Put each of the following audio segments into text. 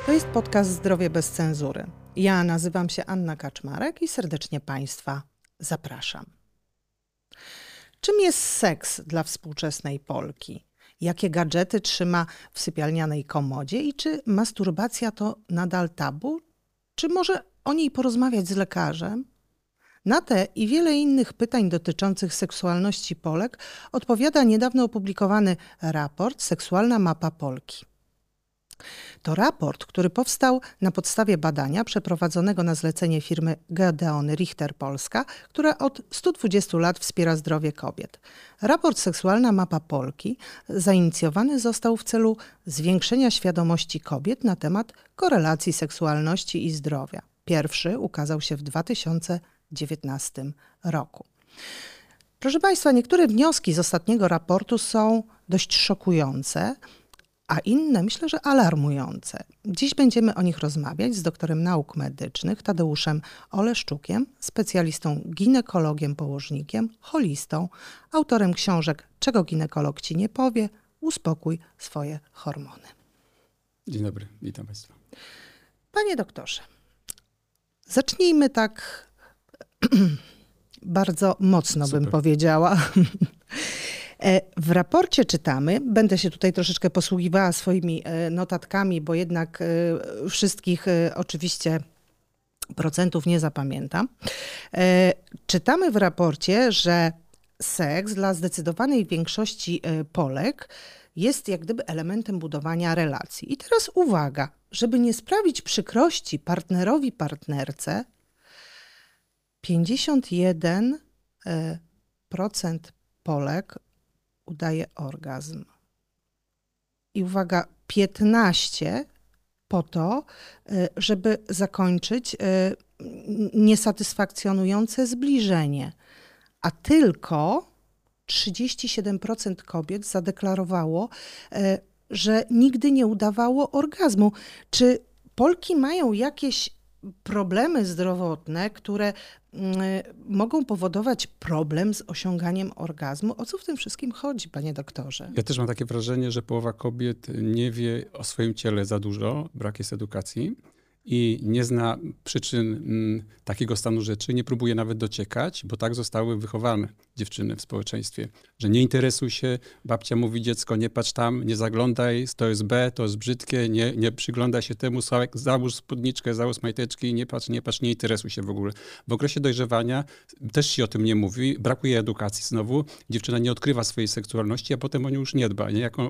To jest podcast Zdrowie bez cenzury. Ja nazywam się Anna Kaczmarek i serdecznie Państwa zapraszam. Czym jest seks dla współczesnej Polki? Jakie gadżety trzyma w sypialnianej komodzie i czy masturbacja to nadal tabu? Czy może o niej porozmawiać z lekarzem? Na te i wiele innych pytań dotyczących seksualności Polek odpowiada niedawno opublikowany raport Seksualna mapa Polki. To raport, który powstał na podstawie badania przeprowadzonego na zlecenie firmy Gedeon Richter Polska, która od 120 lat wspiera zdrowie kobiet. Raport Seksualna mapa Polki zainicjowany został w celu zwiększenia świadomości kobiet na temat korelacji seksualności i zdrowia. Pierwszy ukazał się w 2019 roku. Proszę Państwa, niektóre wnioski z ostatniego raportu są dość szokujące, a inne myślę, że alarmujące. Dziś będziemy o nich rozmawiać z doktorem nauk medycznych Tadeuszem Oleszczukiem, specjalistą ginekologiem, położnikiem, holistą, autorem książek Czego ginekolog ci nie powie, uspokój swoje hormony. Dzień dobry, witam Państwa. Panie doktorze, zacznijmy tak bardzo mocno, bym powiedziała. W raporcie czytamy, będę się tutaj troszeczkę posługiwała swoimi notatkami, bo jednak wszystkich oczywiście procentów nie zapamiętam. Czytamy w raporcie, że seks dla zdecydowanej większości Polek jest jak gdyby elementem budowania relacji. I teraz uwaga, żeby nie sprawić przykrości partnerowi, partnerce, 51% Polek udaje orgazm. I uwaga, 15 po to, żeby zakończyć niesatysfakcjonujące zbliżenie. A tylko 37% kobiet zadeklarowało, że nigdy nie udawało orgazmu. Czy Polki mają jakieś problemy zdrowotne, które mogą powodować problem z osiąganiem orgazmu? O co w tym wszystkim chodzi, panie doktorze? Ja też mam takie wrażenie, że połowa kobiet nie wie o swoim ciele za dużo, brak jest edukacji i nie zna przyczyn takiego stanu rzeczy, nie próbuje nawet dociekać, bo tak zostały wychowane dziewczyny w społeczeństwie, że nie interesuj się, babcia mówi dziecko, nie patrz tam, nie zaglądaj, to jest B, to jest brzydkie, nie przyglądaj się temu, załóż spódniczkę, załóż majteczki, nie patrz, nie interesuj się w ogóle. W okresie dojrzewania też się o tym nie mówi, brakuje edukacji znowu, dziewczyna nie odkrywa swojej seksualności, a potem o nią już nie dba.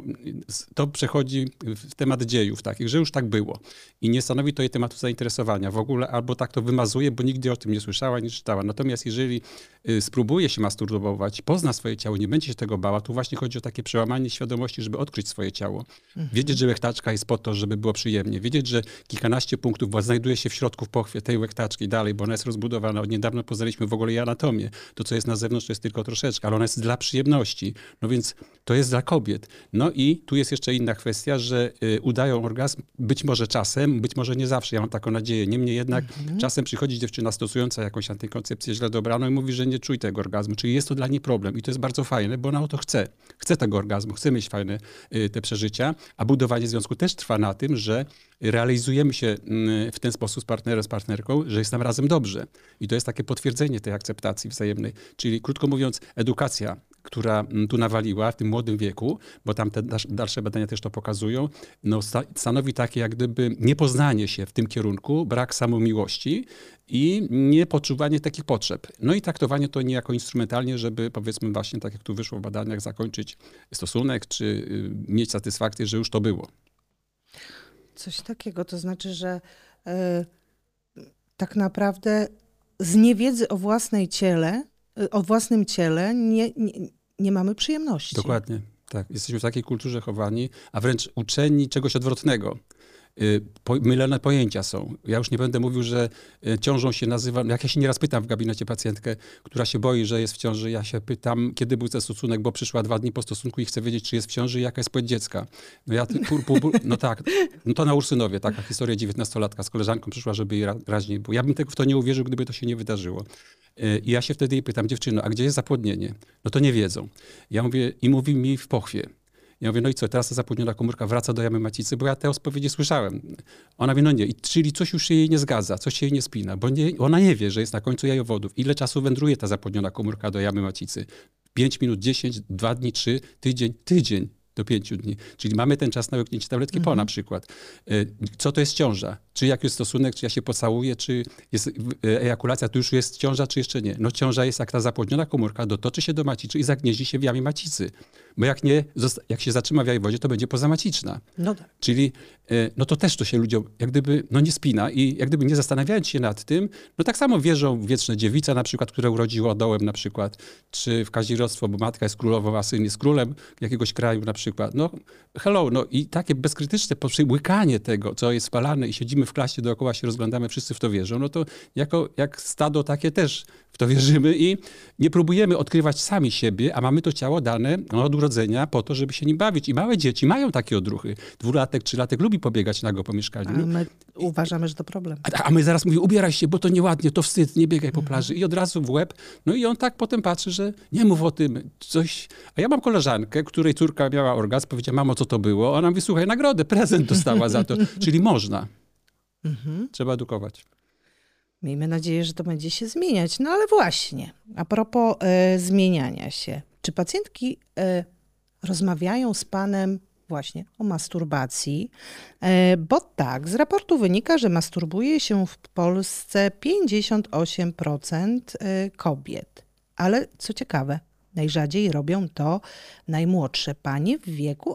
To przechodzi w temat dziejów takich, że już tak było i nie stanowi to jej tematu zainteresowania w ogóle, albo tak to wymazuje, bo nigdy o tym nie słyszała, nie czytała. Natomiast jeżeli spróbuje się masturbować, pozna swoje ciało, nie będzie się tego bała, tu właśnie chodzi o takie przełamanie świadomości, żeby odkryć swoje ciało. Wiedzieć, że łechtaczka jest po to, żeby było przyjemnie. Wiedzieć, że kilkanaście punktów znajduje się w środku, w pochwie tej łechtaczki dalej, bo ona jest rozbudowana. Od niedawna poznaliśmy w ogóle jej anatomię. To, co jest na zewnątrz, to jest tylko troszeczkę, ale ona jest dla przyjemności. No więc to jest dla kobiet. No i tu jest jeszcze inna kwestia, że udają orgazm być może czasem, być może nie zawsze. Ja mam taką nadzieję. Niemniej jednak czasem przychodzi dziewczyna stosująca jakąś antykoncepcję źle dobraną i mówi, że nie czuje tego orgazmu. Czyli jest to dla niej problem. I to jest bardzo fajne, bo ona o to chce. Chce tego orgazmu, chce mieć fajne te przeżycia, a budowanie związku też trwa na tym, że realizujemy się w ten sposób z partnerem, z partnerką, że jest nam razem dobrze. I to jest takie potwierdzenie tej akceptacji wzajemnej. Czyli krótko mówiąc, edukacja, która tu nawaliła w tym młodym wieku, bo tam te dalsze badania też to pokazują, no stanowi takie jak gdyby niepoznanie się w tym kierunku, brak samomiłości i niepoczuwanie takich potrzeb. No i traktowanie to niejako instrumentalnie, żeby powiedzmy właśnie tak jak tu wyszło w badaniach, zakończyć stosunek, czy mieć satysfakcję, że już to było. Coś takiego, to znaczy, że tak naprawdę z niewiedzy o własnym ciele nie mamy przyjemności. Dokładnie, tak. Jesteśmy w takiej kulturze chowani, a wręcz uczeni czegoś odwrotnego. Mylone pojęcia są. Ja już nie będę mówił, że ciążą się nazywa, jak ja się nieraz pytam w gabinecie pacjentkę, która się boi, że jest w ciąży, ja się pytam, kiedy był ten stosunek, bo przyszła 2 dni po stosunku i chcę wiedzieć, czy jest w ciąży i jaka jest płeć dziecka. No ja, no tak, no to na Ursynowie, taka historia 19-latka z koleżanką przyszła, żeby jej raźniej było. Ja bym tego w to nie uwierzył, gdyby to się nie wydarzyło. I ja się wtedy jej pytam, dziewczyno, a gdzie jest zapłodnienie? No to nie wiedzą. Ja mówię, i mówi mi w pochwie. Ja mówię, no i co, teraz ta zapłodniona komórka wraca do jamy macicy, bo ja te odpowiedzi słyszałem. Ona mówi, no nie, czyli coś już się jej nie zgadza, coś się jej nie spina, bo ona nie wie, że jest na końcu jajowodów. Ile czasu wędruje ta zapłodniona komórka do jamy macicy? 5 minut, 10, 2 dni, 3, tydzień do 5 dni. Czyli mamy ten czas na łyknięcie tabletki po na przykład. Co to jest ciąża? Czy jak jest stosunek, czy ja się pocałuję, czy jest ejakulacja, to już jest ciąża, czy jeszcze nie? No ciąża jest, jak ta zapłodniona komórka dotoczy się do macicy i zagnieździ się w jamie macicy. Bo jak nie, jak się zatrzyma w jajowodzie, to będzie pozamaciczna. No tak. Czyli no to też to się ludziom jak gdyby no nie spina i jak gdyby nie zastanawiając się nad tym, no tak samo wierzą w wieczne dziewice na przykład, które urodziła dołem na przykład, czy w kazirodztwo, bo matka jest królową, a syn jest królem jakiegoś kraju na przykład. No hello, no i takie bezkrytyczne łykanie tego, co jest spalane i siedzimy w klasie dookoła, się rozglądamy, wszyscy w to wierzą, no to jak stado takie też w to wierzymy i nie próbujemy odkrywać sami siebie, a mamy to ciało dane od urodzenia po to, żeby się nim bawić. I małe dzieci mają takie odruchy. 2-latek, 3-latek lubi pobiegać nago po mieszkaniu. A my uważamy, że to problem. A my zaraz mówimy, ubieraj się, bo to nieładnie, to wstyd, nie biegaj po plaży. I od razu w łeb. No i on tak potem patrzy, że nie mów o tym, coś. A ja mam koleżankę, której córka miała orgazm, powiedziała, mamo, co to było? Ona mówi, słuchaj, nagrodę, prezent dostała za to. Czyli można. Trzeba edukować. Miejmy nadzieję, że to będzie się zmieniać. No ale właśnie, a propos zmieniania się. Czy pacjentki rozmawiają z panem właśnie o masturbacji? Bo tak, z raportu wynika, że masturbuje się w Polsce 58% kobiet. Ale co ciekawe, najrzadziej robią to najmłodsze panie w wieku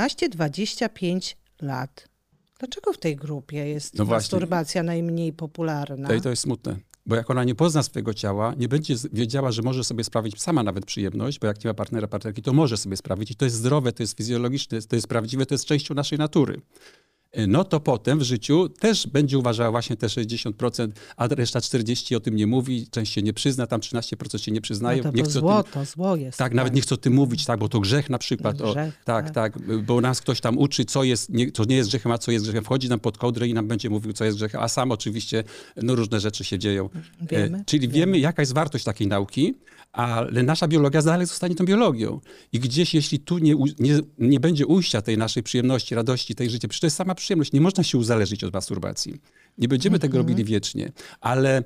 18-25 lat. Dlaczego w tej grupie jest masturbacja najmniej popularna? To jest smutne. Bo jak ona nie pozna swojego ciała, nie będzie wiedziała, że może sobie sprawić sama nawet przyjemność, bo jak nie ma partnera, partnerki, to może sobie sprawić. I to jest zdrowe, to jest fizjologiczne, to jest prawdziwe, to jest częścią naszej natury. No to potem w życiu też będzie uważała właśnie te 60%, a reszta 40% o tym nie mówi, część się nie przyzna, tam 13% się nie przyznaje. No nie chce to zło jest. Tak, nawet nie chce o tym mówić, tak, bo to grzech na przykład. Grzech, tak, bo nas ktoś tam uczy, co nie jest grzechem, a co jest grzechem. Wchodzi nam pod kołdrę i nam będzie mówił, co jest grzechem, a sam oczywiście różne rzeczy się dzieją. Czyli wiemy, jaka jest wartość takiej nauki, ale nasza biologia dalej zostanie tą biologią. I gdzieś, jeśli tu nie będzie ujścia tej naszej przyjemności, radości, tej życia, przecież to jest sama przyjemność, nie można się uzależnić od masturbacji. Nie będziemy tego robili wiecznie, ale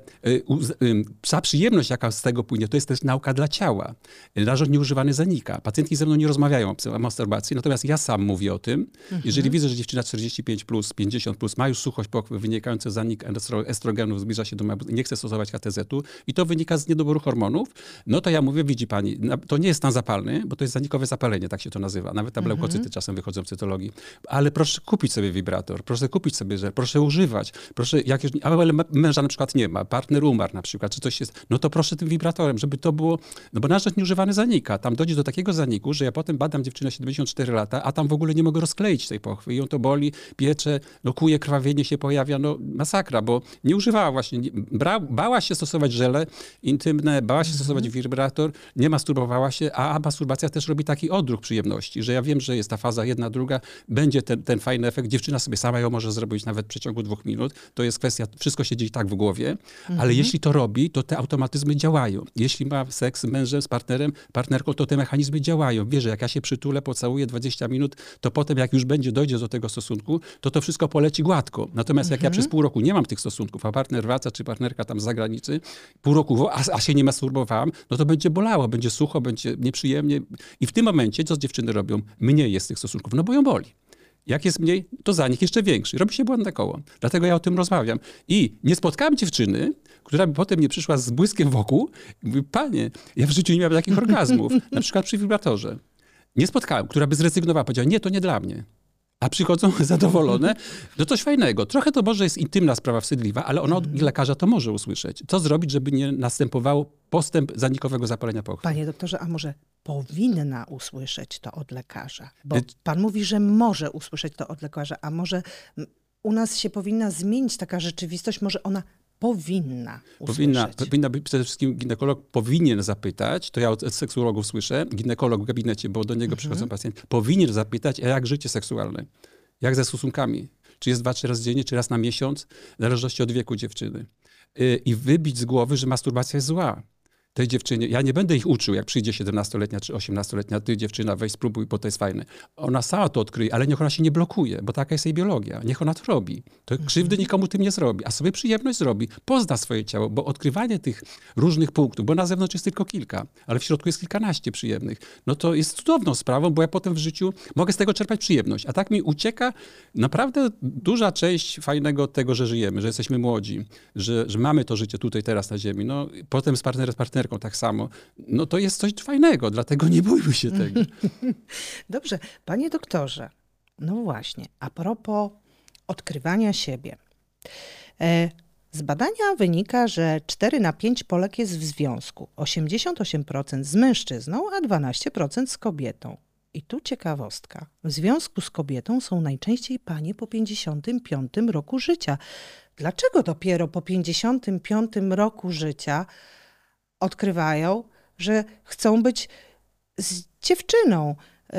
ta przyjemność, jaka z tego płynie, to jest też nauka dla ciała. Narząd nieużywany zanika. Pacjentki ze mną nie rozmawiają o masturbacji, natomiast ja sam mówię o tym. Jeżeli widzę, że dziewczyna 45+, 50+, ma już suchość pochwy wynikający z zanik estrogenów, zbliża się do nie chce stosować HTZ-u i to wynika z niedoboru hormonów, no to ja mówię, widzi pani, to nie jest stan zapalny, bo to jest zanikowe zapalenie, tak się to nazywa. Nawet tam leukocyty czasem wychodzą w cytologii. Ale proszę kupić sobie wibrator, proszę kupić sobie żel, proszę używać, proszę jakieś, ale męża na przykład nie ma, partner umarł na przykład, czy coś jest, no to proszę tym wibratorem, żeby to było, no bo narząd nieużywany zanika. Tam dojdzie do takiego zaniku, że ja potem badam dziewczynę 74 lata, a tam w ogóle nie mogę rozkleić tej pochwy i ją to boli, piecze, no kuje, krwawienie się pojawia, no masakra, bo nie używała właśnie, bała się stosować żele intymne, bała się stosować wibrator, nie masturbowała się, a masturbacja też robi taki odruch przyjemności, że ja wiem, że jest ta faza jedna, druga, będzie ten fajny efekt, dziewczyna sobie sama ją może zrobić nawet w przeciągu 2 minut, to jest kwestia, wszystko się dzieje tak w głowie, ale jeśli to robi, to te automatyzmy działają. Jeśli ma seks z mężem, z partnerem, partnerką, to te mechanizmy działają. Wie, że jak ja się przytulę, pocałuję 20 minut, to potem jak już dojdzie do tego stosunku, to wszystko poleci gładko. Natomiast jak ja przez pół roku nie mam tych stosunków, a partner wraca, czy partnerka tam z zagranicy, pół roku, a się nie masturbowałam, no to będzie bolało, będzie sucho, będzie nieprzyjemnie. I w tym momencie, co z dziewczyny robią? Mniej jest tych stosunków, no bo ją boli. Jak jest mniej, to zanik jeszcze większy. Robi się błędne koło. Dlatego ja o tym rozmawiam. I nie spotkałem dziewczyny, która by potem nie przyszła z błyskiem wokół i mówi, panie, ja w życiu nie miałem takich orgazmów, na przykład przy wibratorze. Nie spotkałem, która by zrezygnowała, powiedziała, nie, to nie dla mnie. A przychodzą zadowolone, no coś fajnego. Trochę to może jest intymna sprawa, wstydliwa, ale ona od lekarza to może usłyszeć. Co zrobić, żeby nie następował postęp zanikowego zapalenia pochwy? Panie doktorze, a może powinna usłyszeć to od lekarza? Bo pan mówi, że może usłyszeć to od lekarza, a może u nas się powinna zmienić taka rzeczywistość, może ona powinna usłyszeć. Powinna być, przede wszystkim ginekolog powinien zapytać, to ja od seksuologów słyszę, ginekolog w gabinecie, bo do niego przychodzą pacjenci, powinien zapytać, a jak życie seksualne? Jak ze stosunkami? Czy jest 2-3 razy dziennie, czy raz na miesiąc? W zależności od wieku dziewczyny. I wybić z głowy, że masturbacja jest zła. tej dziewczynie, ja nie będę ich uczył, jak przyjdzie 17-letnia czy 18-letnia, ty dziewczyna, weź spróbuj, bo to jest fajne. Ona sama to odkryje, ale niech ona się nie blokuje, bo taka jest jej biologia. Niech ona to robi. To krzywdy nikomu tym nie zrobi, a sobie przyjemność zrobi. Pozna swoje ciało, bo odkrywanie tych różnych punktów, bo na zewnątrz jest tylko kilka, ale w środku jest kilkanaście przyjemnych. No to jest cudowną sprawą, bo ja potem w życiu mogę z tego czerpać przyjemność. A tak mi ucieka naprawdę duża część fajnego od tego, że żyjemy, że jesteśmy młodzi, że mamy to życie tutaj, teraz na ziemi. No, potem z partnerką tak samo. No to jest coś fajnego, dlatego nie bójmy się tego. Dobrze, panie doktorze, no właśnie, a propos odkrywania siebie. Z badania wynika, że 4 na 5 Polek jest w związku. 88% z mężczyzną, a 12% z kobietą. I tu ciekawostka. W związku z kobietą są najczęściej panie po 55 roku życia. Dlaczego dopiero po 55 roku życia odkrywają, że chcą być z dziewczyną?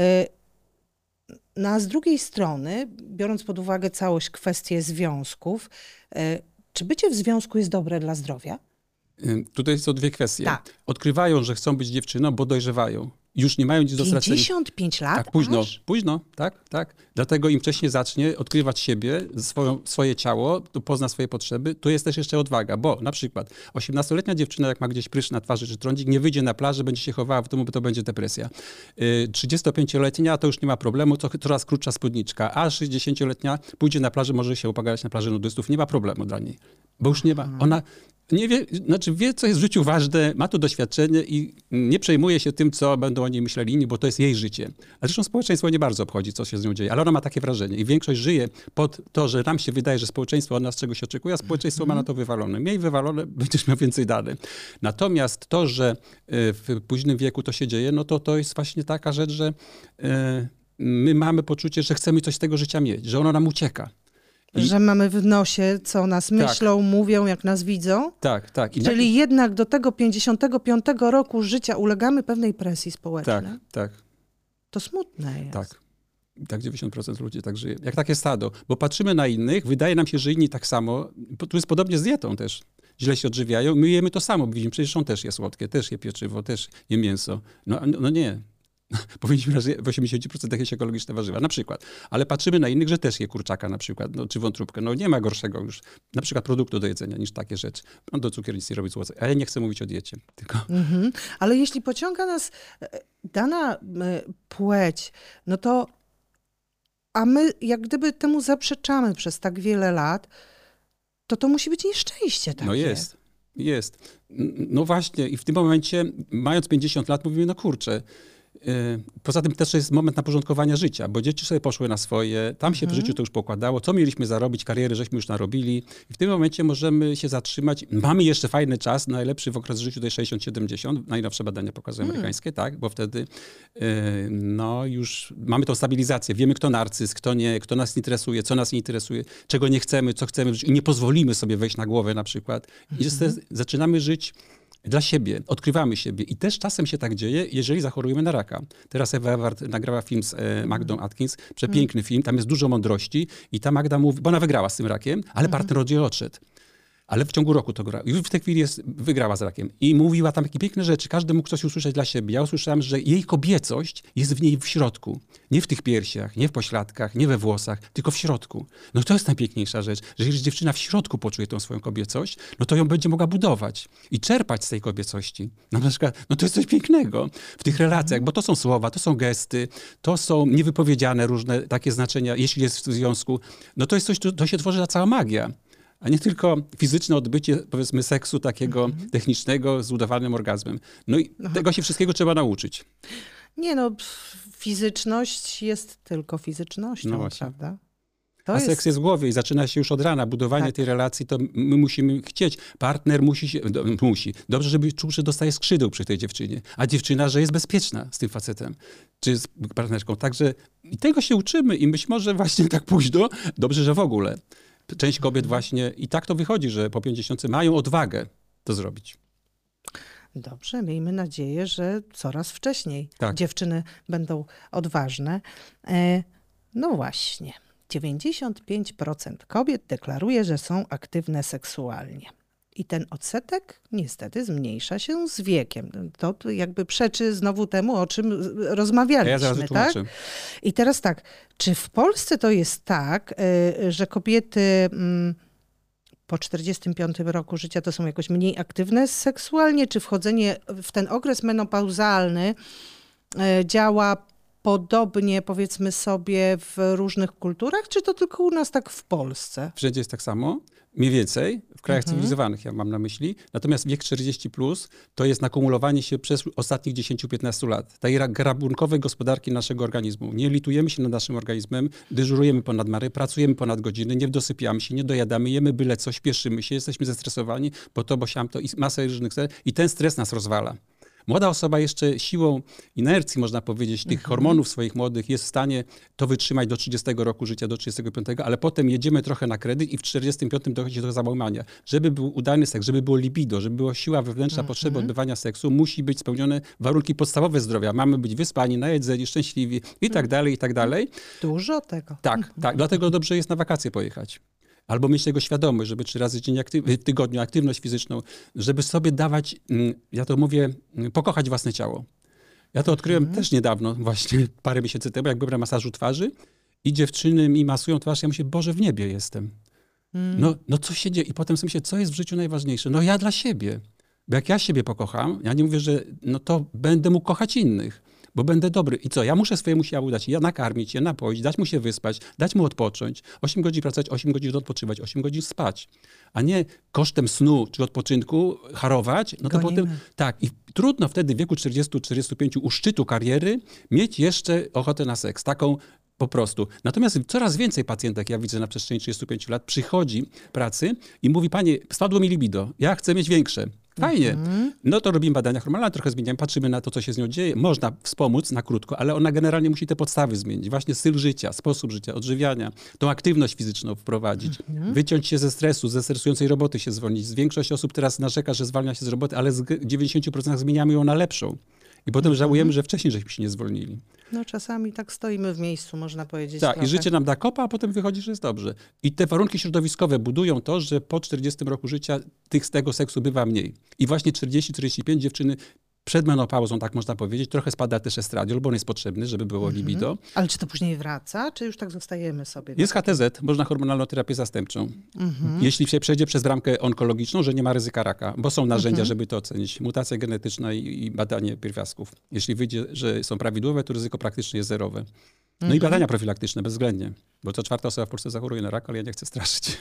No a z drugiej strony, biorąc pod uwagę całość kwestię związków, czy bycie w związku jest dobre dla zdrowia? Tutaj są dwie kwestie. Tak. Odkrywają, że chcą być dziewczyną, bo dojrzewają. Już nie mają nic do stracenia. 55 lat? Tak, późno, tak. Dlatego im wcześniej zacznie odkrywać siebie, swoje ciało, to pozna swoje potrzeby, to jest też jeszcze odwaga, bo na przykład 18-letnia dziewczyna, jak ma gdzieś prysz na twarzy czy trądzik, nie wyjdzie na plażę, będzie się chowała w domu, bo to będzie depresja. 35-letnia to już nie ma problemu, to coraz krótsza spódniczka, a 60-letnia pójdzie na plażę, może się upogadać na plaży nudystów, nie ma problemu dla niej, bo już nie ma. Ona nie wie, znaczy wie, co jest w życiu ważne, ma to doświadczenie i nie przejmuje się tym, co będą o niej myśleli inni, bo to jest jej życie. A zresztą społeczeństwo nie bardzo obchodzi, co się z nią dzieje, ale ona ma takie wrażenie i większość żyje pod to, że nam się wydaje, że społeczeństwo od nas czegoś oczekuje, a społeczeństwo ma na to wywalone. Miej wywalone, będziesz miał więcej danych. Natomiast to, że w późnym wieku to się dzieje, no to jest właśnie taka rzecz, że my mamy poczucie, że chcemy coś z tego życia mieć, że ono nam ucieka. Że mamy w nosie, co nas myślą, mówią, jak nas widzą. Tak. Czyli jednak do tego 55 roku życia ulegamy pewnej presji społecznej. Tak. To smutne jest. Tak 90% ludzi tak żyje. Jak takie stado. Bo patrzymy na innych, wydaje nam się, że inni tak samo. Tu jest podobnie z dietą też. Źle się odżywiają. My jemy to samo. Widzimy, przecież on też je słodkie, też je pieczywo, też je mięso. No nie. Powinniśmy raz w 80% jakieś ekologiczne warzywa, na przykład. Ale patrzymy na innych, że też je kurczaka na przykład, czy wątróbkę. No nie ma gorszego już, na przykład produktu do jedzenia niż takie rzeczy. On do cukiernicy robi złoce. A ja nie chcę mówić o diecie, tylko... Ale jeśli pociąga nas dana płeć, no to a my jak gdyby temu zaprzeczamy przez tak wiele lat, to musi być nieszczęście takie. No jest. No właśnie i w tym momencie, mając 50 lat, mówimy, no kurczę, poza tym też jest moment naporządkowania życia, bo dzieci sobie poszły na swoje, tam się w życiu to już pokładało, co mieliśmy zarobić, kariery żeśmy już narobili i w tym momencie możemy się zatrzymać. Mamy jeszcze fajny czas, najlepszy w okres życiu to jest 60-70, najnowsze badania pokazują amerykańskie, tak, bo wtedy no już mamy tą stabilizację, wiemy kto narcyz, kto nie, kto nas interesuje, co nas nie interesuje, czego nie chcemy, co chcemy w życiu i nie pozwolimy sobie wejść na głowę na przykład. I zaczynamy żyć dla siebie, odkrywamy siebie i też czasem się tak dzieje, jeżeli zachorujemy na raka. Teraz Ewa Ewart nagrała film z Magdą Atkins, przepiękny film, tam jest dużo mądrości i ta Magda mówi, bo ona wygrała z tym rakiem, ale partner od niej odszedł. Ale w ciągu roku to gra. Już w tej chwili wygrała z rakiem. I mówiła tam takie piękne rzeczy. Każdy mógł coś usłyszeć dla siebie. Ja usłyszałem, że jej kobiecość jest w niej w środku. Nie w tych piersiach, nie w pośladkach, nie we włosach, tylko w środku. No to jest najpiękniejsza rzecz, że jeżeli dziewczyna w środku poczuje tą swoją kobiecość, no to ją będzie mogła budować i czerpać z tej kobiecości. No na przykład, no to jest coś pięknego w tych relacjach, bo to są słowa, to są gesty, to są niewypowiedziane różne takie znaczenia, jeśli jest w związku. No to jest coś, to się tworzy ta cała magia. A nie tylko fizyczne odbycie, powiedzmy, seksu takiego technicznego z udawanym orgazmem. No i tego się wszystkiego trzeba nauczyć. Nie no, fizyczność jest tylko fizycznością, prawda? Seks jest w głowie i zaczyna się już od rana. Budowanie tej relacji, to my musimy chcieć. Partner musi. Dobrze, żeby czuł, że dostaje skrzydeł przy tej dziewczynie. A dziewczyna, że jest bezpieczna z tym facetem, czy z partnerką. Także i tego się uczymy i być może właśnie tak późno, dobrze, że w ogóle. Część kobiet właśnie, i tak to wychodzi, że po 50 mają odwagę to zrobić. Dobrze, miejmy nadzieję, że coraz wcześniej dziewczyny będą odważne. No właśnie, 95% kobiet deklaruje, że są aktywne seksualnie. I ten odsetek niestety zmniejsza się z wiekiem. To jakby przeczy znowu temu, o czym rozmawialiśmy. Ja zaraz wytłumaczę. Tak? I teraz tak, czy w Polsce to jest tak, że kobiety po 45 roku życia to są jakoś mniej aktywne seksualnie, czy wchodzenie w ten okres menopauzalny działa podobnie, powiedzmy sobie, w różnych kulturach, czy to tylko u nas tak w Polsce? Wszędzie jest tak samo, mniej więcej, w krajach cywilizowanych, ja mam na myśli. Natomiast wiek 40+ to jest nakumulowanie się przez ostatnich 10-15 lat. Tej rabunkowej gospodarki naszego organizmu. Nie litujemy się nad naszym organizmem, dyżurujemy ponad miarę, pracujemy ponad godziny, nie dosypiamy się, nie dojadamy, jemy byle co, śpieszymy się, jesteśmy zestresowani, bo to, bo siam to i masę różnych i ten stres nas rozwala. Młoda osoba jeszcze siłą inercji, można powiedzieć, tych hormonów swoich młodych jest w stanie to wytrzymać do 30 roku życia, do 35, ale potem jedziemy trochę na kredyt i w 45 dochodzi do załamania. Żeby był udany seks, żeby było libido, żeby była siła wewnętrzna potrzeby odbywania seksu, musi być spełnione warunki podstawowe zdrowia. Mamy być wyspani, najedzeni, szczęśliwi i tak dalej, i tak dalej. Dużo tego. Tak, tak. Dlatego dobrze jest na wakacje pojechać. Albo mieć tego świadomość, żeby 3 razy dziennie w tygodniu aktywność fizyczną, żeby sobie dawać, ja to mówię, pokochać własne ciało. Ja to odkryłem też niedawno, właśnie parę miesięcy temu, jak byłem na masażu twarzy i dziewczyny mi masują twarz, ja myślę, Boże, w niebie jestem. No co się dzieje? I potem sobie myślę, co jest w życiu najważniejsze? No ja dla siebie. Bo jak ja siebie pokocham, ja nie mówię, że no to będę mógł kochać innych. Bo będę dobry. I co? Ja muszę swojemu ciału dać, ja nakarmić, je napoić, dać mu się wyspać, dać mu odpocząć. 8 godzin pracować, 8 godzin odpoczywać, 8 godzin spać. A nie kosztem snu czy odpoczynku harować. No to potem tak. I trudno wtedy w wieku 40-45 u szczytu kariery mieć jeszcze ochotę na seks. Taką po prostu. Natomiast coraz więcej pacjentek, ja widzę na przestrzeni 35 lat, przychodzi pracy i mówi, panie, spadło mi libido, ja chcę mieć większe. Fajnie. No to robimy badania hormonalne, trochę zmieniamy, patrzymy na to, co się z nią dzieje. Można wspomóc na krótko, ale ona generalnie musi te podstawy zmienić. Właśnie styl życia, sposób życia, odżywiania, tą aktywność fizyczną wprowadzić, wyciąć się ze stresu, ze stresującej roboty się zwolnić. Większość osób teraz narzeka, że zwalnia się z roboty, ale w 90% zmieniamy ją na lepszą. I potem żałujemy, że wcześniej żeśmy się nie zwolnili. No czasami tak stoimy w miejscu, można powiedzieć. Tak, trochę. i życie nam da kopa, a potem wychodzi, że jest dobrze. I te warunki środowiskowe budują to, że po 40 roku życia z tego seksu bywa mniej. I właśnie 40-45 dziewczyny przed menopauzą, tak można powiedzieć, trochę spada też estradiol, bo on jest potrzebny, żeby było libido. Ale czy to później wraca, czy już tak zostajemy sobie? Jest HTZ, można hormonalną terapię zastępczą. Jeśli się przejdzie przez bramkę onkologiczną, że nie ma ryzyka raka, bo są narzędzia, żeby to ocenić. Mutacja genetyczna i badanie pierwiastków. Jeśli wyjdzie, że są prawidłowe, to ryzyko praktycznie jest zerowe. No i badania profilaktyczne, bezwzględnie. Bo co 4. osoba w Polsce zachoruje na rak, ale ja nie chcę straszyć.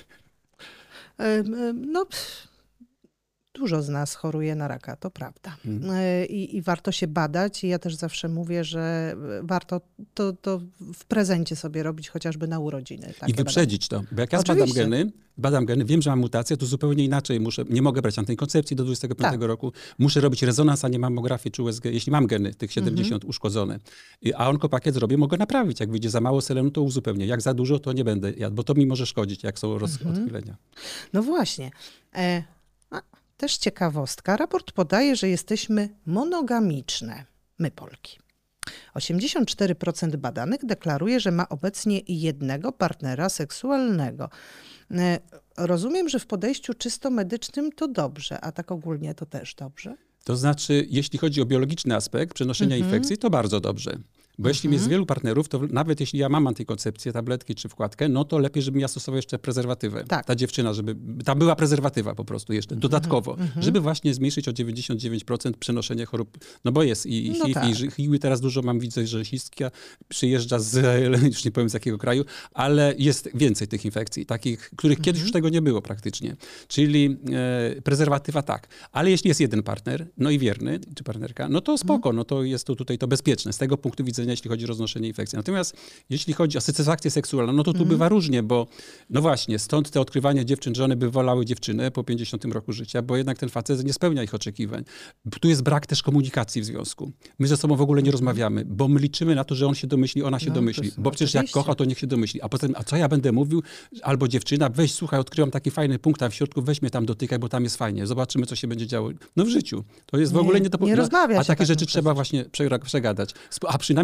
Dużo z nas choruje na raka, to prawda. I warto się badać. I ja też zawsze mówię, że warto to w prezencie sobie robić, chociażby na urodziny. I wyprzedzić to. Bo jak ja Oczywiście. badam geny, wiem, że mam mutację, to zupełnie inaczej nie mogę brać antykoncepcji do 25 roku. Muszę robić rezonans, a nie mammografię czy USG, jeśli mam geny, tych 70 uszkodzone. A onkopakiet zrobię, mogę naprawić. Jak wyjdzie za mało selenu, to uzupełnię. Jak za dużo, to nie będę jadł, bo to mi może szkodzić, jak są odchylenia. No właśnie. Też ciekawostka. Raport podaje, że jesteśmy monogamiczne, my Polki. 84% badanych deklaruje, że ma obecnie jednego partnera seksualnego. Rozumiem, że w podejściu czysto medycznym to dobrze, a tak ogólnie to też dobrze? To znaczy, jeśli chodzi o biologiczny aspekt przenoszenia infekcji, to bardzo dobrze. Bo jeśli jest wielu partnerów, to nawet jeśli ja mam antykoncepcję, tabletki czy wkładkę, no to lepiej, żebym ja stosował jeszcze prezerwatywę. Tak. Ta dziewczyna, żeby tam była prezerwatywa po prostu jeszcze, dodatkowo, żeby właśnie zmniejszyć o 99% przenoszenie chorób. No bo jest i HIV, i HIV teraz dużo mam, widzę, że hiskia przyjeżdża już nie powiem z jakiego kraju, ale jest więcej tych infekcji, takich, których kiedyś już tego nie było praktycznie. Czyli prezerwatywa tak. Ale jeśli jest jeden partner, no i wierny, czy partnerka, no to spoko, no to jest to tutaj to bezpieczne. Z tego punktu widzenia, jeśli chodzi o roznoszenie infekcji. Natomiast jeśli chodzi o satysfakcję seksualną, no to tu bywa różnie, bo no właśnie, stąd te odkrywanie dziewczyn, że one by wolały dziewczynę po 50 roku życia, bo jednak ten facet nie spełnia ich oczekiwań. Tu jest brak też komunikacji w związku. My ze sobą w ogóle nie rozmawiamy, bo my liczymy na to, że on się domyśli, ona się domyśli. Bo przecież jak kocha, to niech się domyśli. A potem, a co ja będę mówił? Albo dziewczyna, weź, słuchaj, odkryłam taki fajny punkt tam w środku, weź mnie tam dotykaj, bo tam jest fajnie. Zobaczymy, co się będzie działo. No w życiu. To jest w ogóle nie to... Nie rozmawia się a takie tak rzeczy trzeba właśnie przegadać. A przynajmniej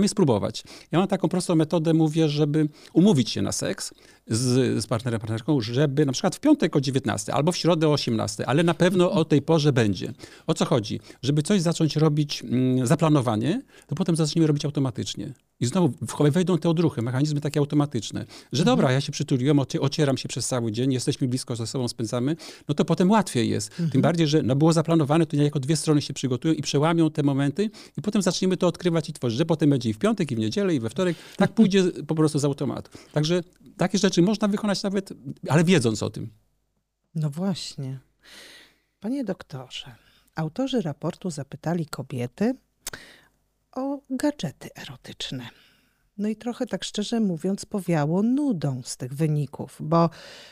przynajmniej spróbować. Ja mam taką prostą metodę, mówię, żeby umówić się na seks z partnerem, partnerką, żeby na przykład w piątek o 19 albo w środę o 18, ale na pewno o tej porze będzie. O co chodzi? Żeby coś zacząć robić zaplanowanie, to potem zaczniemy robić automatycznie. I znowu wejdą te odruchy, mechanizmy takie automatyczne, że dobra, ja się przytuliłem, ocieram się przez cały dzień, jesteśmy blisko ze sobą, spędzamy, no to potem łatwiej jest. Tym bardziej, że było zaplanowane, to niejako dwie strony się przygotują i przełamią te momenty i potem zaczniemy to odkrywać i tworzyć, że potem będzie i w piątek, i w niedzielę, i we wtorek. Tak pójdzie po prostu z automatu. Także takie rzeczy można wykonać nawet, ale wiedząc o tym. No właśnie. Panie doktorze, autorzy raportu zapytali kobiety o gadżety erotyczne. No i trochę tak szczerze mówiąc powiało nudą z tych wyników, bo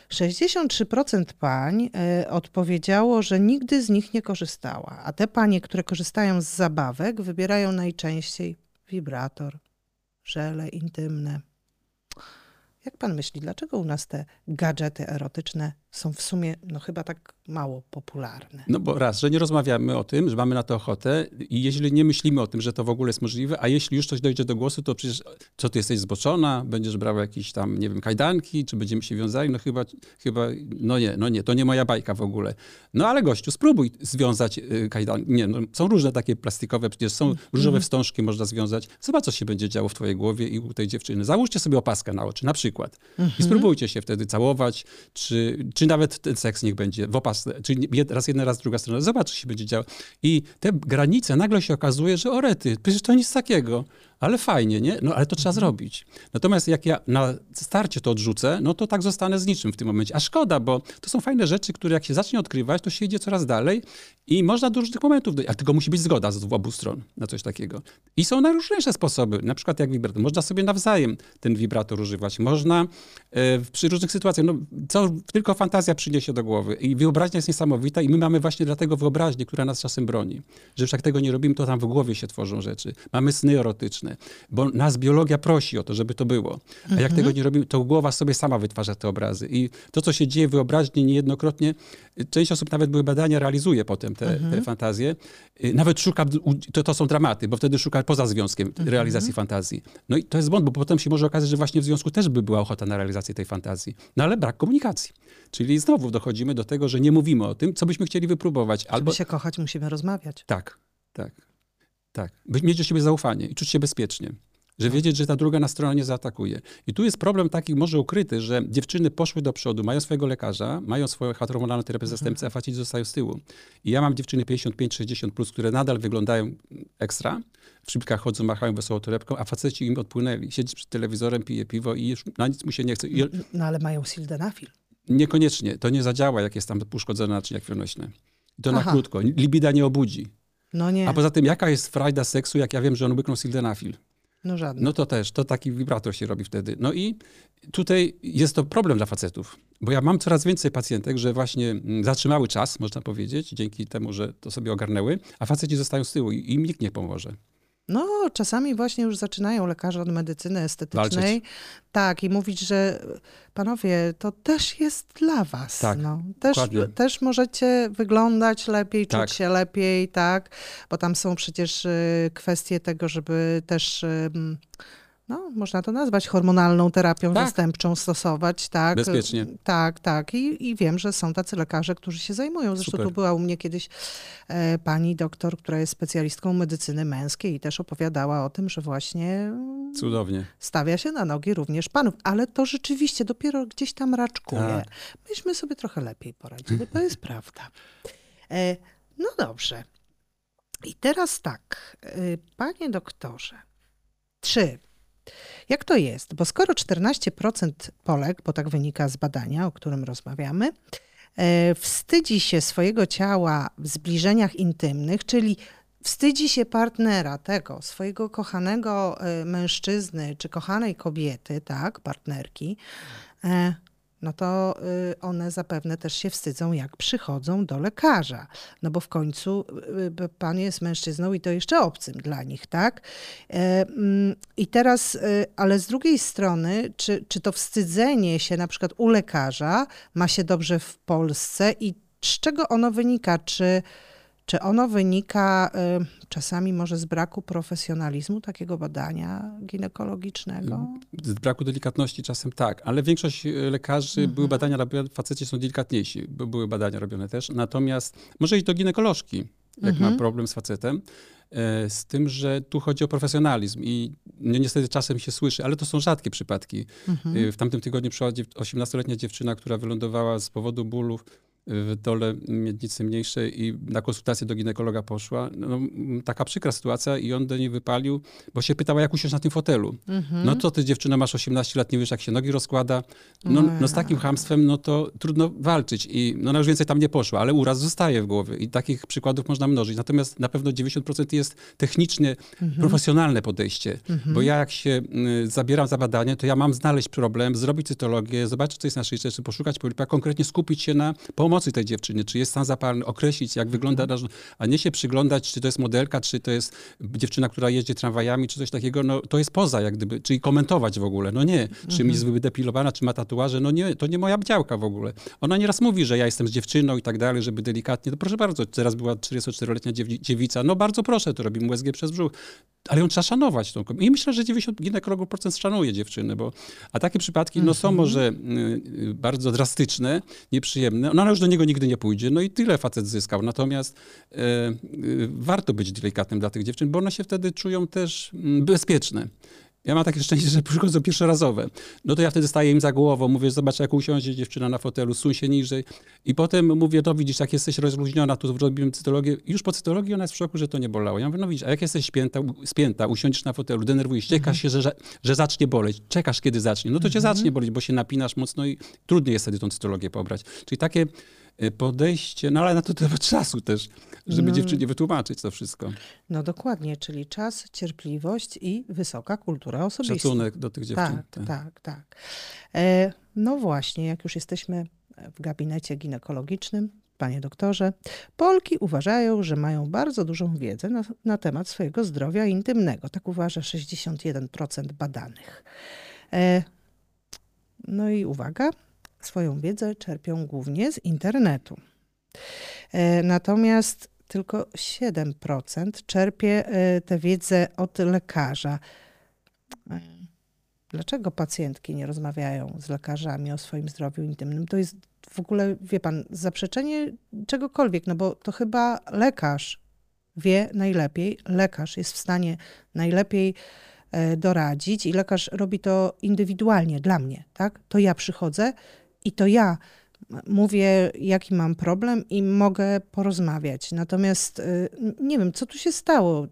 63% pań odpowiedziało, że nigdy z nich nie korzystała, a te panie, które korzystają z zabawek, wybierają najczęściej wibrator, żele intymne. Jak pan myśli, dlaczego u nas te gadżety erotyczne są w sumie chyba tak mało popularne? No bo raz, że nie rozmawiamy o tym, że mamy na to ochotę i jeśli nie myślimy o tym, że to w ogóle jest możliwe, a jeśli już coś dojdzie do głosu, to przecież co ty jesteś zboczona, będziesz brała jakieś tam, nie wiem, kajdanki, czy będziemy się wiązali, no chyba, no nie, to nie moja bajka w ogóle. No ale gościu, spróbuj związać kajdanki. Nie, no, są różne takie plastikowe, przecież są różowe wstążki, można związać. Zobacz, co się będzie działo w twojej głowie i u tej dziewczyny. Załóżcie sobie opaskę na oczy, na przykład. I spróbujcie się wtedy całować, czy nawet ten seks niech będzie w opasce, czy raz jedna, raz druga strona. Zobacz, co się będzie działo. I te granice nagle się okazuje, że o rety, przecież to nic takiego. Ale fajnie, nie? No ale to trzeba zrobić. Natomiast jak ja na starcie to odrzucę, no to tak zostanę z niczym w tym momencie. A szkoda, bo to są fajne rzeczy, które jak się zacznie odkrywać, to się idzie coraz dalej i można do różnych momentów dojść. Ale tylko musi być zgoda z obu stron na coś takiego. I są najróżniejsze sposoby, na przykład jak wibrator. Można sobie nawzajem ten wibrator używać. Można przy różnych sytuacjach, no co tylko fantazja przyniesie do głowy. I wyobraźnia jest niesamowita i my mamy właśnie dlatego wyobraźnię, która nas czasem broni. Że już jak tego nie robimy, to tam w głowie się tworzą rzeczy. Mamy sny erotyczne. Bo nas biologia prosi o to, żeby to było. A jak tego nie robimy, to głowa sobie sama wytwarza te obrazy. I to, co się dzieje w wyobraźni niejednokrotnie, część osób nawet były badania, realizuje potem te fantazje. Nawet szuka, to są dramaty, bo wtedy szuka poza związkiem realizacji fantazji. No i to jest błąd, bo potem się może okazać, że właśnie w związku też by była ochota na realizację tej fantazji. No ale brak komunikacji. Czyli znowu dochodzimy do tego, że nie mówimy o tym, co byśmy chcieli wypróbować. Żeby się kochać, musimy rozmawiać. Tak. Mieć do siebie zaufanie i czuć się bezpiecznie. Że wiedzieć, że ta druga strona nie zaatakuje. I tu jest problem taki może ukryty, że dziewczyny poszły do przodu, mają swojego lekarza, mają swoją hormonalną terapię zastępcę, a faceci zostają z tyłu. I ja mam dziewczyny 55-60+, które nadal wyglądają ekstra, w szybkach chodzą, machają wesołą torebką, a faceci im odpłynęli. Siedzi przed telewizorem, pije piwo i już na nic mu się nie chce. No ale mają sildenafil. Niekoniecznie. To nie zadziała, jak jest tam uszkodzone naczynia krwionośne. To na krótko. Libida nie obudzi. No nie. A poza tym, jaka jest frajda seksu, jak ja wiem, że on łyknął sildenafil? No żadna. No to też, to taki wibrator się robi wtedy. No i tutaj jest to problem dla facetów, bo ja mam coraz więcej pacjentek, że właśnie zatrzymały czas, można powiedzieć, dzięki temu, że to sobie ogarnęły, a faceci zostają z tyłu i im nikt nie pomoże. No, czasami właśnie już zaczynają lekarze od medycyny estetycznej. Walczyć. Tak, i mówić, że panowie, to też jest dla was. Tak, no. dokładnie. Też możecie wyglądać lepiej, Tak. czuć się lepiej, tak? Bo tam są przecież kwestie tego, żeby też... No, można to nazwać hormonalną terapią zastępczą stosować, tak? Bezpiecznie. Tak. I wiem, że są tacy lekarze, którzy się zajmują. Zresztą Super. tu była u mnie kiedyś pani doktor, która jest specjalistką medycyny męskiej i też opowiadała o tym, że właśnie Cudownie. stawia się na nogi również panów. Ale to rzeczywiście dopiero gdzieś tam raczkuje. Tak. Myśmy sobie trochę lepiej poradzili, to jest prawda. No dobrze. I teraz tak, panie doktorze, jak to jest? Bo skoro 14% Polek, bo tak wynika z badania, o którym rozmawiamy, wstydzi się swojego ciała w zbliżeniach intymnych, czyli wstydzi się partnera, tego swojego kochanego mężczyzny czy kochanej kobiety, tak, partnerki, no to one zapewne też się wstydzą, jak przychodzą do lekarza. No bo w końcu pan jest mężczyzną i to jeszcze obcym dla nich, tak? I teraz, ale z drugiej strony, czy to wstydzenie się na przykład u lekarza ma się dobrze w Polsce i z czego ono wynika? Czy ono wynika czasami może z braku profesjonalizmu takiego badania ginekologicznego? Z braku delikatności czasem tak, ale większość lekarzy, były badania robione, faceci są delikatniejsi, były badania robione też, natomiast może iść do ginekolożki, jak ma problem z facetem, z tym, że tu chodzi o profesjonalizm i niestety czasem się słyszy, ale to są rzadkie przypadki. W tamtym tygodniu przyszła 18-letnia dziewczyna, która wylądowała z powodu bólów w dole miednicy mniejszej i na konsultację do ginekologa poszła. No, taka przykra sytuacja i on do niej wypalił, bo się pytała, jak usiąść na tym fotelu. No to ty dziewczyna, masz 18 lat, nie wiesz, jak się nogi rozkłada. No z takim chamstwem, no to trudno walczyć i no, ona już więcej tam nie poszła, ale uraz zostaje w głowie i takich przykładów można mnożyć. Natomiast na pewno 90% jest technicznie profesjonalne podejście, bo ja jak się zabieram za badanie, to ja mam znaleźć problem, zrobić cytologię, zobaczyć, co jest na szyjce, czy poszukać polipa, konkretnie skupić się na pomocy tej dziewczyny, czy jest stan zapalny, określić, jak wygląda, a nie się przyglądać, czy to jest modelka, czy to jest dziewczyna, która jeździ tramwajami, czy coś takiego, no to jest poza, jak gdyby, czyli komentować w ogóle, no nie, czy mi jest wydepilowana, czy ma tatuaże, no nie, to nie moja działka w ogóle. Ona nieraz mówi, że ja jestem z dziewczyną i tak dalej, żeby delikatnie, to proszę bardzo, teraz była 34-letnia dziewica, no bardzo proszę, to robimy USG przez brzuch, ale ją trzeba szanować. I myślę, że 90 ginekologów procent szanuje dziewczyny, a takie przypadki no, są może bardzo drastyczne, nieprzyjemne. Ona już do niego nigdy nie pójdzie, no i tyle facet zyskał. Natomiast warto być delikatnym dla tych dziewczyn, bo one się wtedy czują też bezpieczne. Ja mam takie szczęście, że przychodzą pierwszorazowe. No to ja wtedy staję im za głową, mówię, zobacz, jak usiądzie dziewczyna na fotelu, suń się niżej. I potem mówię, no widzisz, jak jesteś rozluźniona, tu zrobimy cytologię. I już po cytologii ona jest w szoku, że to nie bolało. Ja mówię, no widzisz, a jak jesteś spięta, usiądziesz na fotelu, denerwujesz, czekasz się, że zacznie boleć, czekasz, kiedy zacznie. No to cię zacznie boleć, bo się napinasz mocno i trudniej jest wtedy tą cytologię pobrać. Czyli takie podejście, no ale na to trzeba czasu też, żeby dziewczynie wytłumaczyć to wszystko. No dokładnie, czyli czas, cierpliwość i wysoka kultura osobista. Szacunek do tych dziewczyn. Tak. No właśnie, jak już jesteśmy w gabinecie ginekologicznym, panie doktorze, Polki uważają, że mają bardzo dużą wiedzę na temat swojego zdrowia intymnego. Tak uważa 61% badanych. No i uwaga, swoją wiedzę czerpią głównie z internetu. Natomiast tylko 7% czerpie tę wiedzę od lekarza. Dlaczego pacjentki nie rozmawiają z lekarzami o swoim zdrowiu intymnym? To jest w ogóle, wie pan, zaprzeczenie czegokolwiek, no bo to chyba lekarz wie najlepiej, lekarz jest w stanie najlepiej doradzić i lekarz robi to indywidualnie dla mnie, tak? To ja przychodzę i to ja mówię, jaki mam problem i mogę porozmawiać. Natomiast nie wiem, co tu się stało.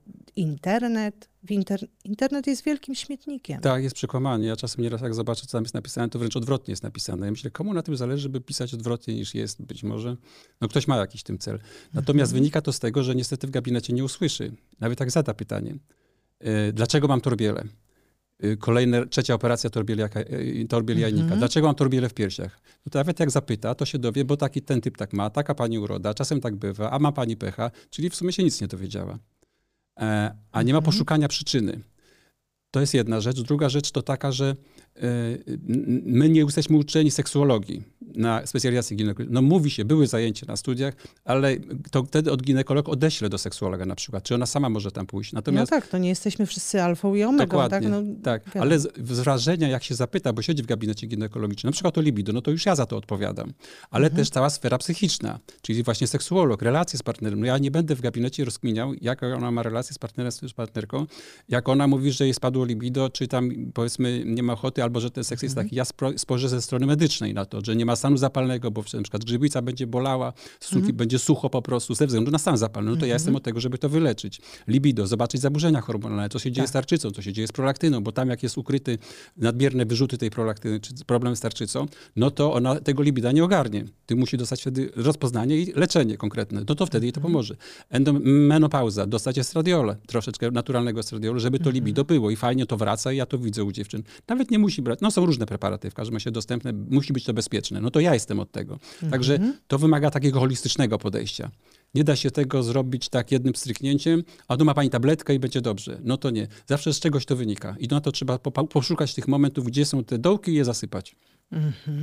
Internet jest wielkim śmietnikiem. Tak, jest przekłamanie. Ja czasem nieraz jak zobaczę, co tam jest napisane, to wręcz odwrotnie jest napisane. Ja myślę, komu na tym zależy, żeby pisać odwrotnie niż jest. Być może no ktoś ma jakiś tym cel. Natomiast wynika to z tego, że niestety w gabinecie nie usłyszy. Nawet jak zada pytanie. Dlaczego mam torbielę? Trzecia operacja torbiel jajnika. Dlaczego mam torbielę w piersiach? No to nawet jak zapyta, to się dowie, bo ten typ tak ma, taka pani uroda, czasem tak bywa, a ma pani pecha, czyli w sumie się nic nie dowiedziała. A nie ma poszukania przyczyny. To jest jedna rzecz. Druga rzecz to taka, że my nie jesteśmy uczeni seksuologii na specjalizacji ginekologicznej. No mówi się, były zajęcia na studiach, ale to wtedy od ginekolog odeślę do seksuologa na przykład. Czy ona sama może tam pójść. Natomiast, no tak, to nie jesteśmy wszyscy alfą i omegą. Dokładnie, tak? No, tak. Ale z wrażenia, jak się zapyta, bo siedzi w gabinecie ginekologicznym, na przykład o libido, no to już ja za to odpowiadam. Ale też cała sfera psychiczna, czyli właśnie seksuolog, relacje z partnerem. No ja nie będę w gabinecie rozkminiał, jak ona ma relacje z partnerem, z partnerką, jak ona mówi, że jej spadło libido, czy tam powiedzmy nie ma ochoty, albo że ten seks jest taki. Ja spojrzę ze strony medycznej na to, że nie ma stanu zapalnego, bo na przykład grzybica będzie bolała, stosunki będzie sucho po prostu ze względu na stan zapalny. No to ja jestem od tego, żeby to wyleczyć. Libido, zobaczyć zaburzenia hormonalne, co się dzieje z tarczycą, co się dzieje z prolaktyną, bo tam jak jest ukryty nadmierne wyrzuty tej prolaktyny, czy problem z tarczycą, no to ona tego libida nie ogarnie. Ty musi dostać wtedy rozpoznanie i leczenie konkretne. No to wtedy jej to pomoże. Menopauza, dostać estradiole, troszeczkę naturalnego estradiolu, żeby to libido było i fajnie to wraca i ja to widzę u dziewczyn. Nawet nie musi brać, no są różne preparaty, w każdym razie dostępne, musi być to bezpieczne. No to ja jestem od tego. Także to wymaga takiego holistycznego podejścia. Nie da się tego zrobić tak jednym stryknięciem, a tu ma pani tabletkę i będzie dobrze. No to nie. Zawsze z czegoś to wynika. I na to trzeba poszukać tych momentów, gdzie są te dołki i je zasypać.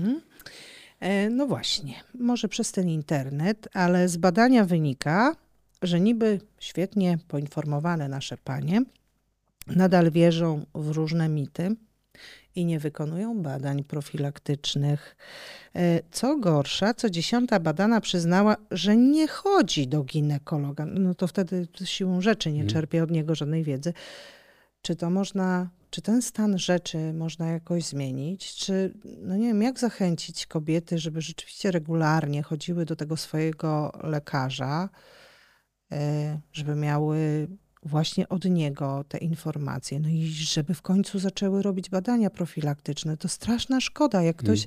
No właśnie, może przez ten internet, ale z badania wynika, że niby świetnie poinformowane nasze panie nadal wierzą w różne mity i nie wykonują badań profilaktycznych. Co gorsza, co 10. badana przyznała, że nie chodzi do ginekologa. No to wtedy siłą rzeczy nie czerpie od niego żadnej wiedzy. Czy ten stan rzeczy można jakoś zmienić? Czy, no nie wiem, jak zachęcić kobiety, żeby rzeczywiście regularnie chodziły do tego swojego lekarza, żeby miały właśnie od niego te informacje, no i żeby w końcu zaczęły robić badania profilaktyczne. To straszna szkoda, jak ktoś,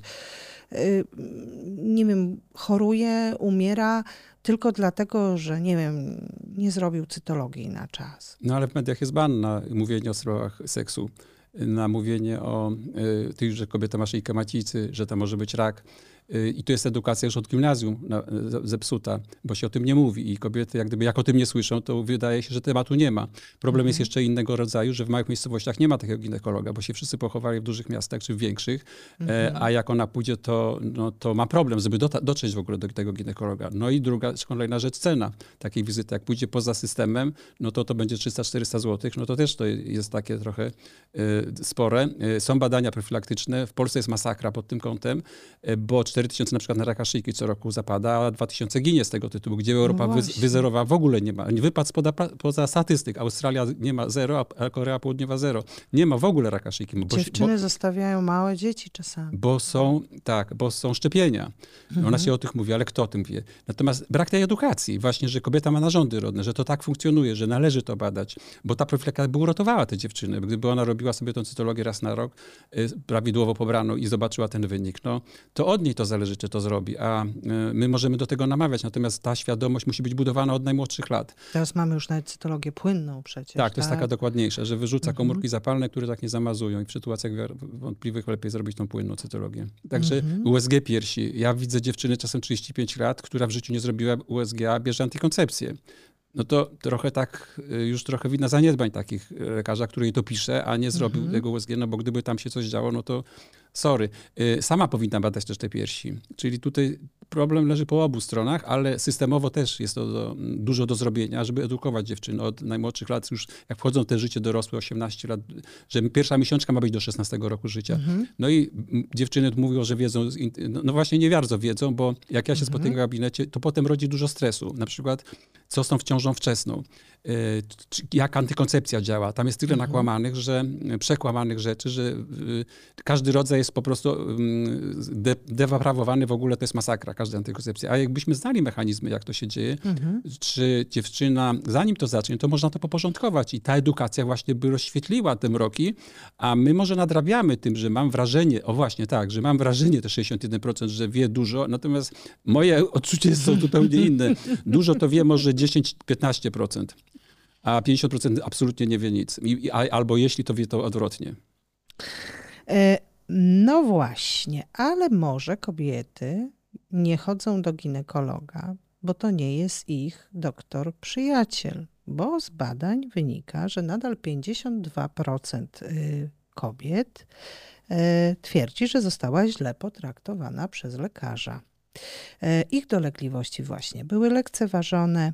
nie wiem, choruje, umiera tylko dlatego, że, nie wiem, nie zrobił cytologii na czas. No ale w mediach jest ban na mówienie o sprawach seksu, na mówienie o tym, że kobieta ma szyjkę macicy, że to może być rak. I tu jest edukacja już od gimnazjum zepsuta, bo się o tym nie mówi i kobiety jak o tym nie słyszą, to wydaje się, że tematu nie ma. Problem jest jeszcze innego rodzaju, że w małych miejscowościach nie ma takiego ginekologa, bo się wszyscy pochowali w dużych miastach czy w większych, a jak ona pójdzie, to ma problem, żeby dotrzeć w ogóle do tego ginekologa. No i kolejna rzecz, cena takiej wizyty. Jak pójdzie poza systemem, no to będzie 300-400 zł, no to też to jest takie trochę spore. Są badania profilaktyczne. W Polsce jest masakra pod tym kątem, bo 4000 na przykład na raka szyjki co roku zapada, a 2000 ginie z tego tytułu, gdzie Europa wyzerowała w ogóle nie ma. Wypadł poza statystyk. Australia nie ma 0, a Korea Południowa 0. Nie ma w ogóle raka szyjki. Dziewczyny zostawiają małe dzieci czasami. Bo są szczepienia. Ona się o tych mówi, ale kto o tym wie? Natomiast brak tej edukacji właśnie, że kobieta ma narządy rodne, że to tak funkcjonuje, że należy to badać, bo ta profilaktyka by uratowała te dziewczyny. Gdyby ona robiła sobie tą cytologię raz na rok, prawidłowo pobraną i zobaczyła ten wynik, to od niej to zależy, czy to zrobi, a my możemy do tego namawiać, natomiast ta świadomość musi być budowana od najmłodszych lat. Teraz mamy już nawet cytologię płynną przecież. Tak, to jest taka dokładniejsza, że wyrzuca komórki zapalne, które tak nie zamazują i w sytuacjach wątpliwych lepiej zrobić tą płynną cytologię. Także USG piersi. Ja widzę dziewczyny czasem 35 lat, która w życiu nie zrobiła USG, a bierze antykoncepcję. No to trochę tak, już trochę wina zaniedbań takich lekarza, który jej to pisze, a nie zrobił tego USG, no bo gdyby tam się coś działo, no to sorry. Sama powinna badać też te piersi. Czyli tutaj problem leży po obu stronach, ale systemowo też jest to dużo do zrobienia, żeby edukować dziewczyny od najmłodszych lat, już jak wchodzą w te życie dorosłe, 18 lat, że pierwsza miesiączka ma być do 16 roku życia. No i dziewczyny mówią, że wiedzą, no właśnie nie bardzo wiedzą, bo jak ja się spotykam w gabinecie, to potem rodzi dużo stresu. Na przykład, co z tą ciążą wczesną? Jak antykoncepcja działa. Tam jest tyle przekłamanych rzeczy, że każdy rodzaj jest po prostu deprawowany, w ogóle to jest masakra, każda antykoncepcja. A jakbyśmy znali mechanizmy, jak to się dzieje, czy dziewczyna, zanim to zacznie, to można to poporządkować i ta edukacja właśnie by rozświetliła te mroki, a my może nadrabiamy tym, że mam wrażenie, że mam wrażenie te 61%, że wie dużo, natomiast moje odczucia są zupełnie inne. Dużo to wie może 10-15%. A 50% absolutnie nie wie nic. Albo jeśli to wie, to odwrotnie. No właśnie, ale może kobiety nie chodzą do ginekologa, bo to nie jest ich doktor przyjaciel. Bo z badań wynika, że nadal 52% kobiet twierdzi, że została źle potraktowana przez lekarza. Ich dolegliwości właśnie były lekceważone.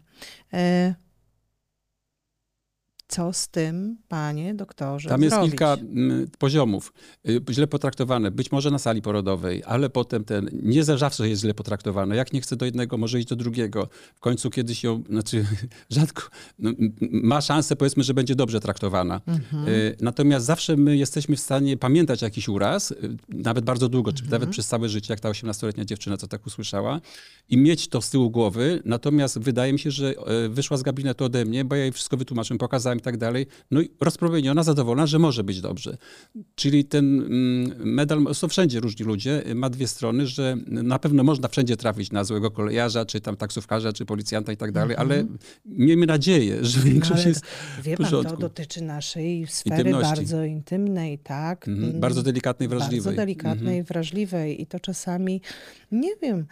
Co z tym, panie doktorze, Tam jest zrobić? kilka poziomów. Źle potraktowane, być może na sali porodowej, ale potem nie zawsze jest źle potraktowane. Jak nie chce do jednego, może iść do drugiego. W końcu kiedyś rzadko, ma szansę, powiedzmy, że będzie dobrze traktowana. Natomiast zawsze my jesteśmy w stanie pamiętać jakiś uraz, nawet bardzo długo, czy nawet przez całe życie, jak ta 18-letnia dziewczyna, co tak usłyszała, i mieć to z tyłu głowy. Natomiast wydaje mi się, że wyszła z gabinetu ode mnie, bo ja jej wszystko wytłumaczyłem, pokazałem i tak dalej. No i rozpromieniona, zadowolona, że może być dobrze. Czyli ten medal, są wszędzie różni ludzie, ma dwie strony, że na pewno można wszędzie trafić na złego kolejarza, czy tam taksówkarza, czy policjanta i tak dalej, ale miejmy nadzieję, że większość jest wie w porządku. Pan, to dotyczy naszej sfery Intymności. bardzo intymnej, tak? Bardzo delikatnej, wrażliwej. Bardzo delikatnej, wrażliwej i to czasami, nie wiem,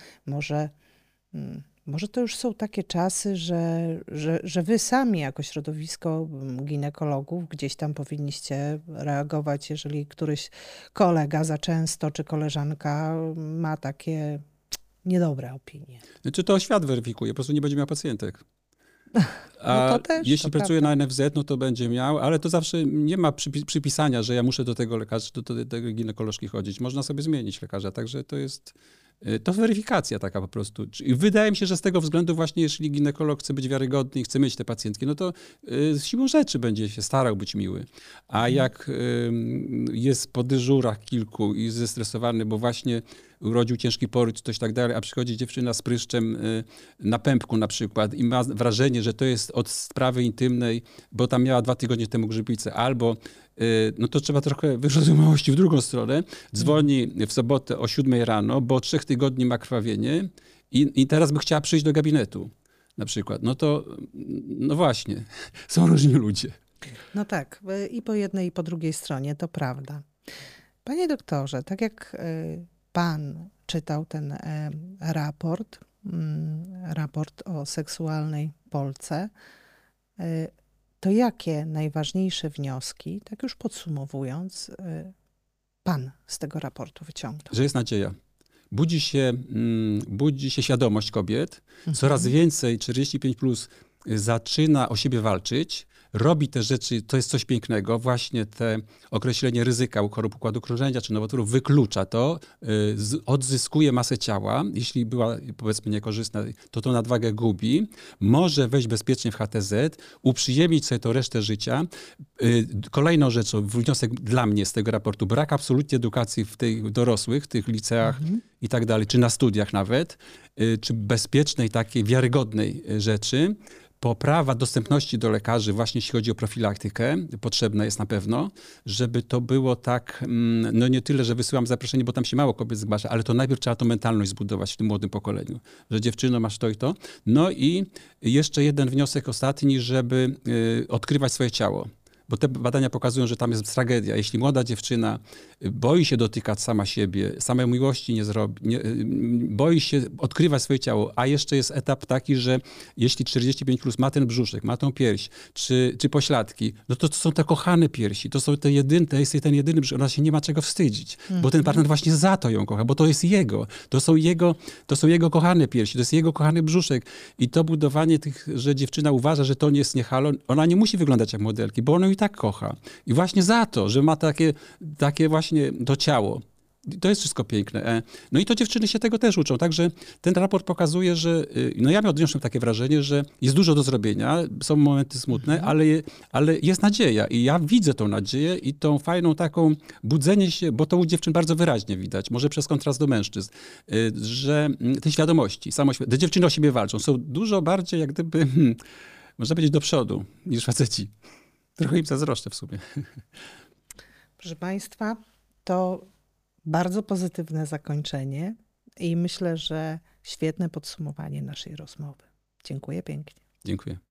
może to już są takie czasy, że wy sami jako środowisko ginekologów gdzieś tam powinniście reagować, jeżeli któryś kolega za często czy koleżanka ma takie niedobre opinie. Czy to świat weryfikuje, po prostu nie będzie miał pacjentek. A to też, jeśli to pracuje prawda. na NFZ, no to będzie miał, ale to zawsze nie ma przypisania, że ja muszę do tego lekarza, do tego ginekolożki chodzić. Można sobie zmienić lekarza, także to weryfikacja taka po prostu. I wydaje mi się, że z tego względu właśnie, jeśli ginekolog chce być wiarygodny i chce mieć te pacjentki, no to z siłą rzeczy będzie się starał być miły. A jak jest po dyżurach kilku i zestresowany, bo właśnie urodził ciężki poród, czy coś tak dalej, a przychodzi dziewczyna z pryszczem na pępku na przykład i ma wrażenie, że to jest od sprawy intymnej, bo tam miała 2 tygodnie temu grzybicę, albo no to trzeba trochę wyrozumiałości w drugą stronę. Dzwoni w sobotę o 7 rano, bo od 3 tygodni ma krwawienie i teraz by chciała przyjść do gabinetu na przykład. No to, no właśnie, są różni ludzie. No tak, i po jednej, i po drugiej stronie, to prawda. Panie doktorze, tak jak pan czytał ten raport o seksualnej Polce, to jakie najważniejsze wnioski, tak już podsumowując, pan z tego raportu wyciągnął? Że jest nadzieja. Budzi się świadomość kobiet. Coraz więcej 45+ zaczyna o siebie walczyć, robi te rzeczy, to jest coś pięknego, właśnie te określenie ryzyka u chorób układu krążenia czy nowotworów wyklucza to, odzyskuje masę ciała, jeśli była powiedzmy niekorzystna, to tą nadwagę gubi, może wejść bezpiecznie w HTZ, uprzyjemnić sobie to resztę życia. Kolejną rzeczą, wniosek dla mnie z tego raportu, brak absolutnie edukacji w tych dorosłych, w tych liceach i tak dalej, czy na studiach nawet, czy bezpiecznej, takiej wiarygodnej rzeczy. Poprawa dostępności do lekarzy, właśnie jeśli chodzi o profilaktykę, potrzebna jest na pewno, żeby to było tak, no nie tyle, że wysyłam zaproszenie, bo tam się mało kobiet zgłasza, ale to najpierw trzeba tą mentalność zbudować w tym młodym pokoleniu, że dziewczyno masz to i to. No i jeszcze jeden wniosek ostatni, żeby odkrywać swoje ciało. Bo te badania pokazują, że tam jest tragedia. Jeśli młoda dziewczyna boi się dotykać sama siebie, samej miłości nie zrobi, boi się odkrywać swoje ciało, a jeszcze jest etap taki, że jeśli 45+ ma ten brzuszek, ma tą pierś, czy pośladki, no to są te kochane piersi, to jest ten jedyny brzuszek, ona się nie ma czego wstydzić, bo ten partner właśnie za to ją kocha, bo to jest jego, to są jego kochane piersi, to jest jego kochany brzuszek i to budowanie tych, że dziewczyna uważa, że to nie jest niehalo, ona nie musi wyglądać jak modelki, bo ona ją i tak kocha. I właśnie za to, że ma takie właśnie to ciało. To jest wszystko piękne. No i to dziewczyny się tego też uczą. Także ten raport pokazuje, że no ja odniosłem takie wrażenie, że jest dużo do zrobienia, są momenty smutne, ale jest nadzieja. I ja widzę tą nadzieję i tą fajną taką budzenie się, bo to u dziewczyn bardzo wyraźnie widać, może przez kontrast do mężczyzn, że tej świadomości, te dziewczyny o siebie walczą, są dużo bardziej jak gdyby, można powiedzieć, do przodu niż faceci. Trochę im zazdroszczę w sumie. Proszę Państwa, to bardzo pozytywne zakończenie i myślę, że świetne podsumowanie naszej rozmowy. Dziękuję pięknie. Dziękuję.